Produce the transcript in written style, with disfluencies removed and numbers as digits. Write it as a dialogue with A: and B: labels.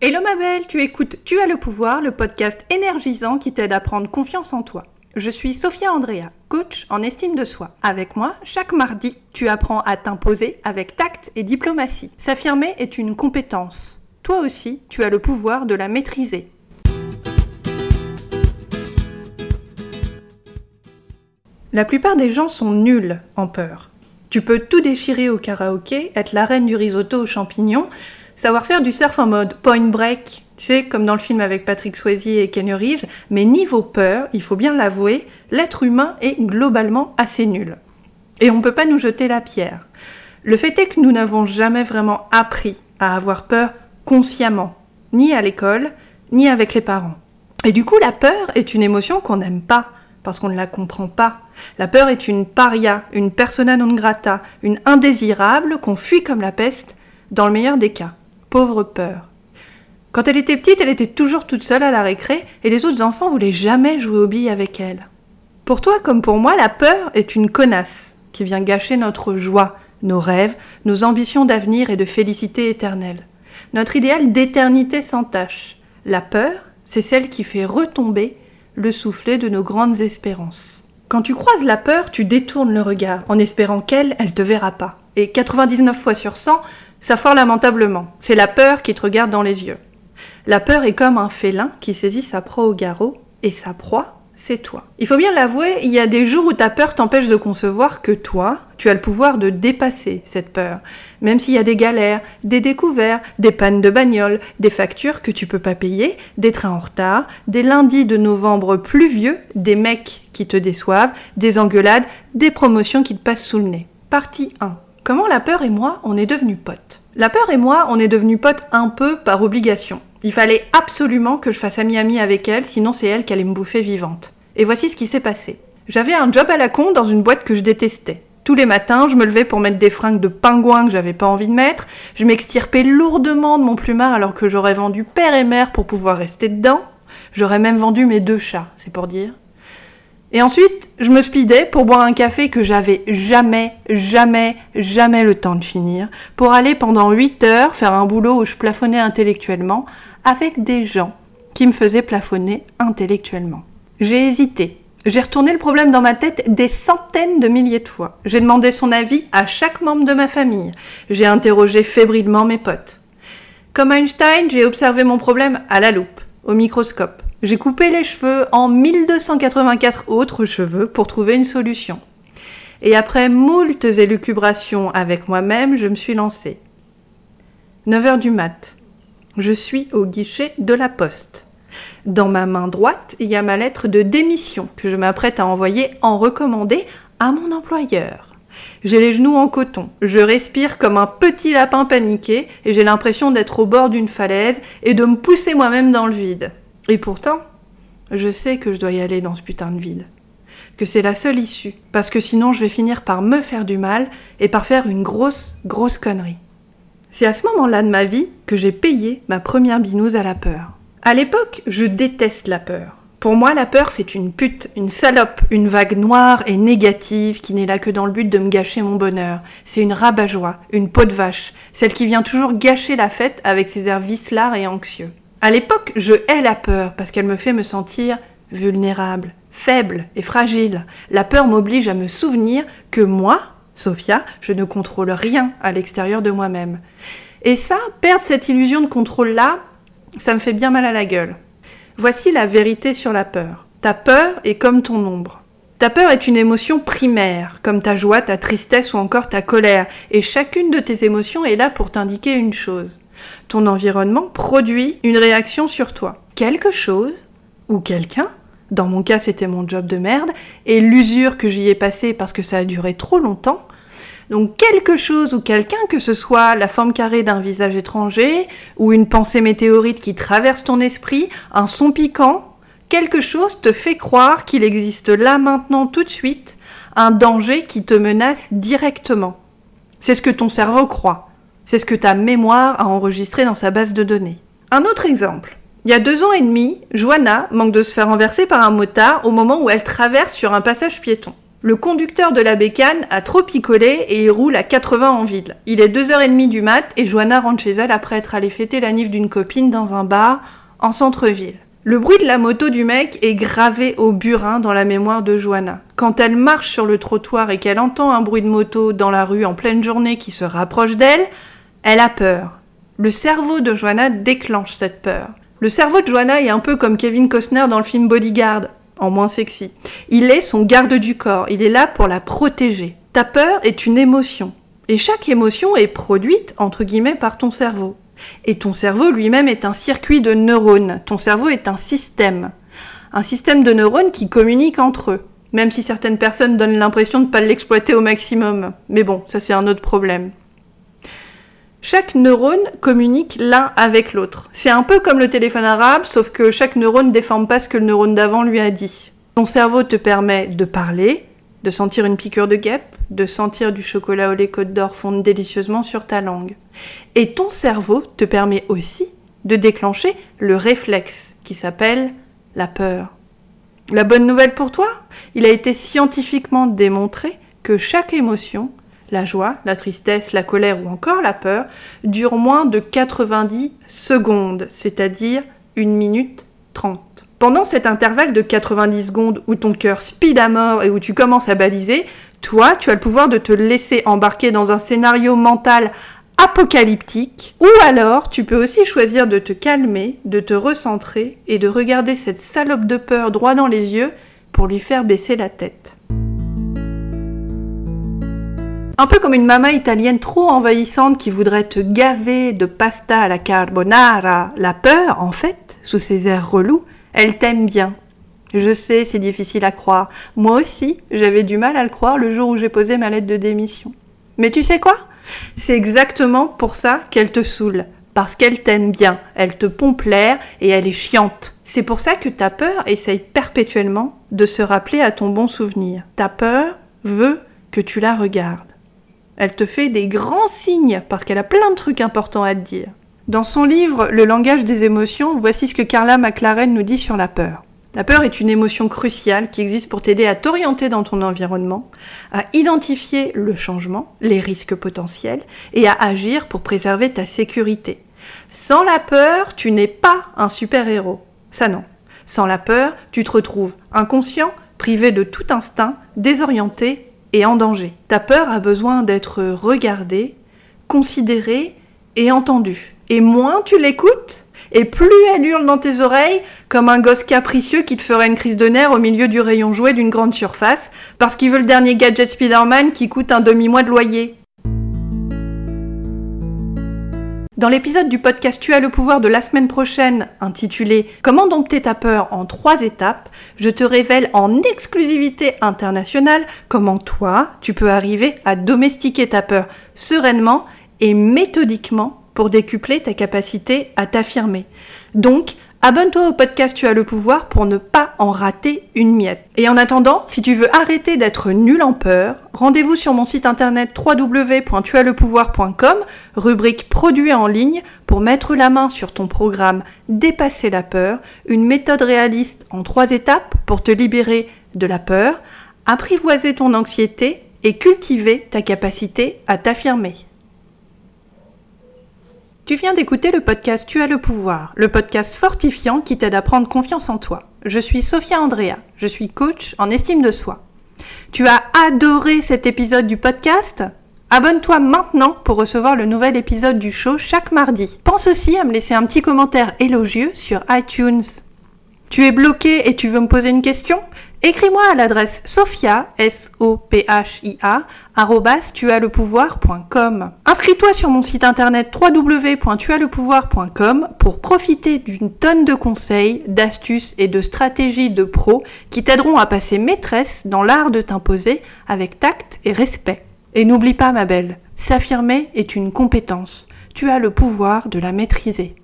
A: Hello ma belle, tu écoutes Tu as le pouvoir, le podcast énergisant qui t'aide à prendre confiance en toi. Je suis Sophia Andrea, coach en estime de soi. Avec moi, chaque mardi, tu apprends à t'imposer avec tact et diplomatie. S'affirmer est une compétence. Toi aussi, tu as le pouvoir de la maîtriser. La plupart des gens sont nuls en peur. Tu peux tout déchirer au karaoké, être la reine du risotto aux champignons, savoir faire du surf en mode point break, tu sais, comme dans le film avec Patrick Swayze et Keanu Reeves, mais niveau peur, il faut bien l'avouer, l'être humain est globalement assez nul. Et on ne peut pas nous jeter la pierre. Le fait est que nous n'avons jamais vraiment appris à avoir peur consciemment, ni à l'école, ni avec les parents. Et du coup, la peur est une émotion qu'on n'aime pas, parce qu'on ne la comprend pas. La peur est une paria, une persona non grata, une indésirable qu'on fuit comme la peste, dans le meilleur des cas. Pauvre peur. Quand elle était petite, elle était toujours toute seule à la récré et les autres enfants voulaient jamais jouer aux billes avec elle. Pour toi comme pour moi, la peur est une connasse qui vient gâcher notre joie, nos rêves, nos ambitions d'avenir et de félicité éternelle. Notre idéal d'éternité sans tache. La peur, c'est celle qui fait retomber le soufflet de nos grandes espérances. Quand tu croises la peur, tu détournes le regard en espérant qu'elle te verra pas. Et 99 fois sur 100, ça foire lamentablement. C'est la peur qui te regarde dans les yeux. La peur est comme un félin qui saisit sa proie au garrot, et sa proie, c'est toi. Il faut bien l'avouer, il y a des jours où ta peur t'empêche de concevoir que toi, tu as le pouvoir de dépasser cette peur. Même s'il y a des galères, des découverts, des pannes de bagnole, des factures que tu peux pas payer, des trains en retard, des lundis de novembre pluvieux, des mecs qui te déçoivent, des engueulades, des promotions qui te passent sous le nez. Partie 1. Comment la peur et moi, on est devenus potes ? La peur et moi, on est devenus potes un peu par obligation. Il fallait absolument que je fasse ami-ami avec elle, sinon c'est elle qui allait me bouffer vivante. Et voici ce qui s'est passé. J'avais un job à la con dans une boîte que je détestais. Tous les matins, je me levais pour mettre des fringues de pingouin que j'avais pas envie de mettre. Je m'extirpais lourdement de mon plumard alors que j'aurais vendu père et mère pour pouvoir rester dedans. J'aurais même vendu mes 2 chats, c'est pour dire. Et ensuite, je me speedais pour boire un café que j'avais jamais le temps de finir, pour aller pendant 8 heures faire un boulot où je plafonnais intellectuellement avec des gens qui me faisaient plafonner intellectuellement. J'ai hésité. J'ai retourné le problème dans ma tête des centaines de milliers de fois. J'ai demandé son avis à chaque membre de ma famille. J'ai interrogé fébrilement mes potes. Comme Einstein, j'ai observé mon problème à la loupe, au microscope. J'ai coupé les cheveux en 1284 autres cheveux pour trouver une solution. Et après moultes élucubrations avec moi-même, je me suis lancée. 9h du mat. Je suis au guichet de la poste. Dans ma main droite, il y a ma lettre de démission que je m'apprête à envoyer en recommandé à mon employeur. J'ai les genoux en coton, je respire comme un petit lapin paniqué et j'ai l'impression d'être au bord d'une falaise et de me pousser moi-même dans le vide. Et pourtant, je sais que je dois y aller dans ce putain de vide. Que c'est la seule issue. Parce que sinon, je vais finir par me faire du mal et par faire une grosse connerie. C'est à ce moment-là de ma vie que j'ai payé ma première binouse à la peur. À l'époque, je déteste la peur. Pour moi, la peur, c'est une pute, une salope, une vague noire et négative qui n'est là que dans le but de me gâcher mon bonheur. C'est une rabat-joie, une peau de vache, celle qui vient toujours gâcher la fête avec ses airs vicelards et anxieux. À l'époque, je hais la peur parce qu'elle me fait me sentir vulnérable, faible et fragile. La peur m'oblige à me souvenir que moi, Sophia, je ne contrôle rien à l'extérieur de moi-même. Et ça, perdre cette illusion de contrôle-là, ça me fait bien mal à la gueule. Voici la vérité sur la peur. Ta peur est comme ton ombre. Ta peur est une émotion primaire, comme ta joie, ta tristesse ou encore ta colère. Et chacune de tes émotions est là pour t'indiquer une chose. Ton environnement produit une réaction sur toi. Quelque chose, ou quelqu'un, dans mon cas c'était mon job de merde, et l'usure que j'y ai passée parce que ça a duré trop longtemps. Donc quelque chose ou quelqu'un, que ce soit la forme carrée d'un visage étranger, ou une pensée météorite qui traverse ton esprit, un son piquant, quelque chose te fait croire qu'il existe là maintenant tout de suite un danger qui te menace directement. C'est ce que ton cerveau croit. C'est ce que ta mémoire a enregistré dans sa base de données. Un autre exemple. Il y a 2 ans et demi, Joanna manque de se faire renverser par un motard au moment où elle traverse sur un passage piéton. Le conducteur de la bécane a trop picolé et il roule à 80 en ville. Il est 2h30 du mat et Joanna rentre chez elle après être allée fêter la nif d'une copine dans un bar en centre-ville. Le bruit de la moto du mec est gravé au burin dans la mémoire de Joanna. Quand elle marche sur le trottoir et qu'elle entend un bruit de moto dans la rue en pleine journée qui se rapproche d'elle, elle a peur. Le cerveau de Joanna déclenche cette peur. Le cerveau de Joanna est un peu comme Kevin Costner dans le film Bodyguard, en moins sexy. Il est son garde du corps, il est là pour la protéger. Ta peur est une émotion. Et chaque émotion est produite, entre guillemets, par ton cerveau. Et ton cerveau lui-même est un circuit de neurones. Ton cerveau est un système. Un système de neurones qui communiquent entre eux. Même si certaines personnes donnent l'impression de ne pas l'exploiter au maximum. Mais bon, ça c'est un autre problème. Chaque neurone communique l'un avec l'autre. C'est un peu comme le téléphone arabe, sauf que chaque neurone ne déforme pas ce que le neurone d'avant lui a dit. Ton cerveau te permet de parler, de sentir une piqûre de guêpe, de sentir du chocolat au lait Côte d'Or fondre délicieusement sur ta langue. Et ton cerveau te permet aussi de déclencher le réflexe qui s'appelle la peur. La bonne nouvelle pour toi, il a été scientifiquement démontré que chaque émotion, la joie, la tristesse, la colère ou encore la peur, dure moins de 90 secondes, c'est-à-dire 1 minute 30. Pendant cet intervalle de 90 secondes où ton cœur speed à mort et où tu commences à baliser, toi, tu as le pouvoir de te laisser embarquer dans un scénario mental apocalyptique, ou alors tu peux aussi choisir de te calmer, de te recentrer et de regarder cette salope de peur droit dans les yeux pour lui faire baisser la tête. Un peu comme une maman italienne trop envahissante qui voudrait te gaver de pasta à la carbonara. La peur, en fait, sous ses airs relous, elle t'aime bien. Je sais, c'est difficile à croire. Moi aussi, j'avais du mal à le croire le jour où j'ai posé ma lettre de démission. Mais tu sais quoi ? C'est exactement pour ça qu'elle te saoule. Parce qu'elle t'aime bien, elle te pompe l'air et elle est chiante. C'est pour ça que ta peur essaye perpétuellement de se rappeler à ton bon souvenir. Ta peur veut que tu la regardes. Elle te fait des grands signes parce qu'elle a plein de trucs importants à te dire. Dans son livre « Le langage des émotions », voici ce que Carla McLaren nous dit sur la peur. La peur est une émotion cruciale qui existe pour t'aider à t'orienter dans ton environnement, à identifier le changement, les risques potentiels et à agir pour préserver ta sécurité. Sans la peur, tu n'es pas un super-héros. Ça non. Sans la peur, tu te retrouves inconscient, privé de tout instinct, désorienté et en danger. Ta peur a besoin d'être regardée, considérée et entendue. Et moins tu l'écoutes, et plus elle hurle dans tes oreilles comme un gosse capricieux qui te ferait une crise de nerfs au milieu du rayon jouet d'une grande surface parce qu'il veut le dernier gadget Spider-Man qui coûte un demi-mois de loyer. Dans l'épisode du podcast Tu as le pouvoir de la semaine prochaine, intitulé « Comment dompter ta peur en 3 étapes », je te révèle en exclusivité internationale comment toi, tu peux arriver à domestiquer ta peur sereinement et méthodiquement pour décupler ta capacité à t'affirmer. Donc, abonne-toi au podcast Tu as le pouvoir pour ne pas en rater une miette. Et en attendant, si tu veux arrêter d'être nul en peur, rendez-vous sur mon site internet www.tuaslepouvoir.com, rubrique produits en ligne, pour mettre la main sur ton programme Dépasser la peur, une méthode réaliste en 3 étapes pour te libérer de la peur, apprivoiser ton anxiété et cultiver ta capacité à t'affirmer. Tu viens d'écouter le podcast Tu as le pouvoir, le podcast fortifiant qui t'aide à prendre confiance en toi. Je suis Sophia Andrea, je suis coach en estime de soi. Tu as adoré cet épisode du podcast ? Abonne-toi maintenant pour recevoir le nouvel épisode du show chaque mardi. Pense aussi à me laisser un petit commentaire élogieux sur iTunes. Tu es bloqué et tu veux me poser une question ? Écris-moi à l'adresse sophia, S-O-P-H-I-A, @tuaslepouvoir.com. Inscris-toi sur mon site internet www.tuaslepouvoir.com pour profiter d'une tonne de conseils, d'astuces et de stratégies de pros qui t'aideront à passer maîtresse dans l'art de t'imposer avec tact et respect. Et n'oublie pas, ma belle, s'affirmer est une compétence. Tu as le pouvoir de la maîtriser.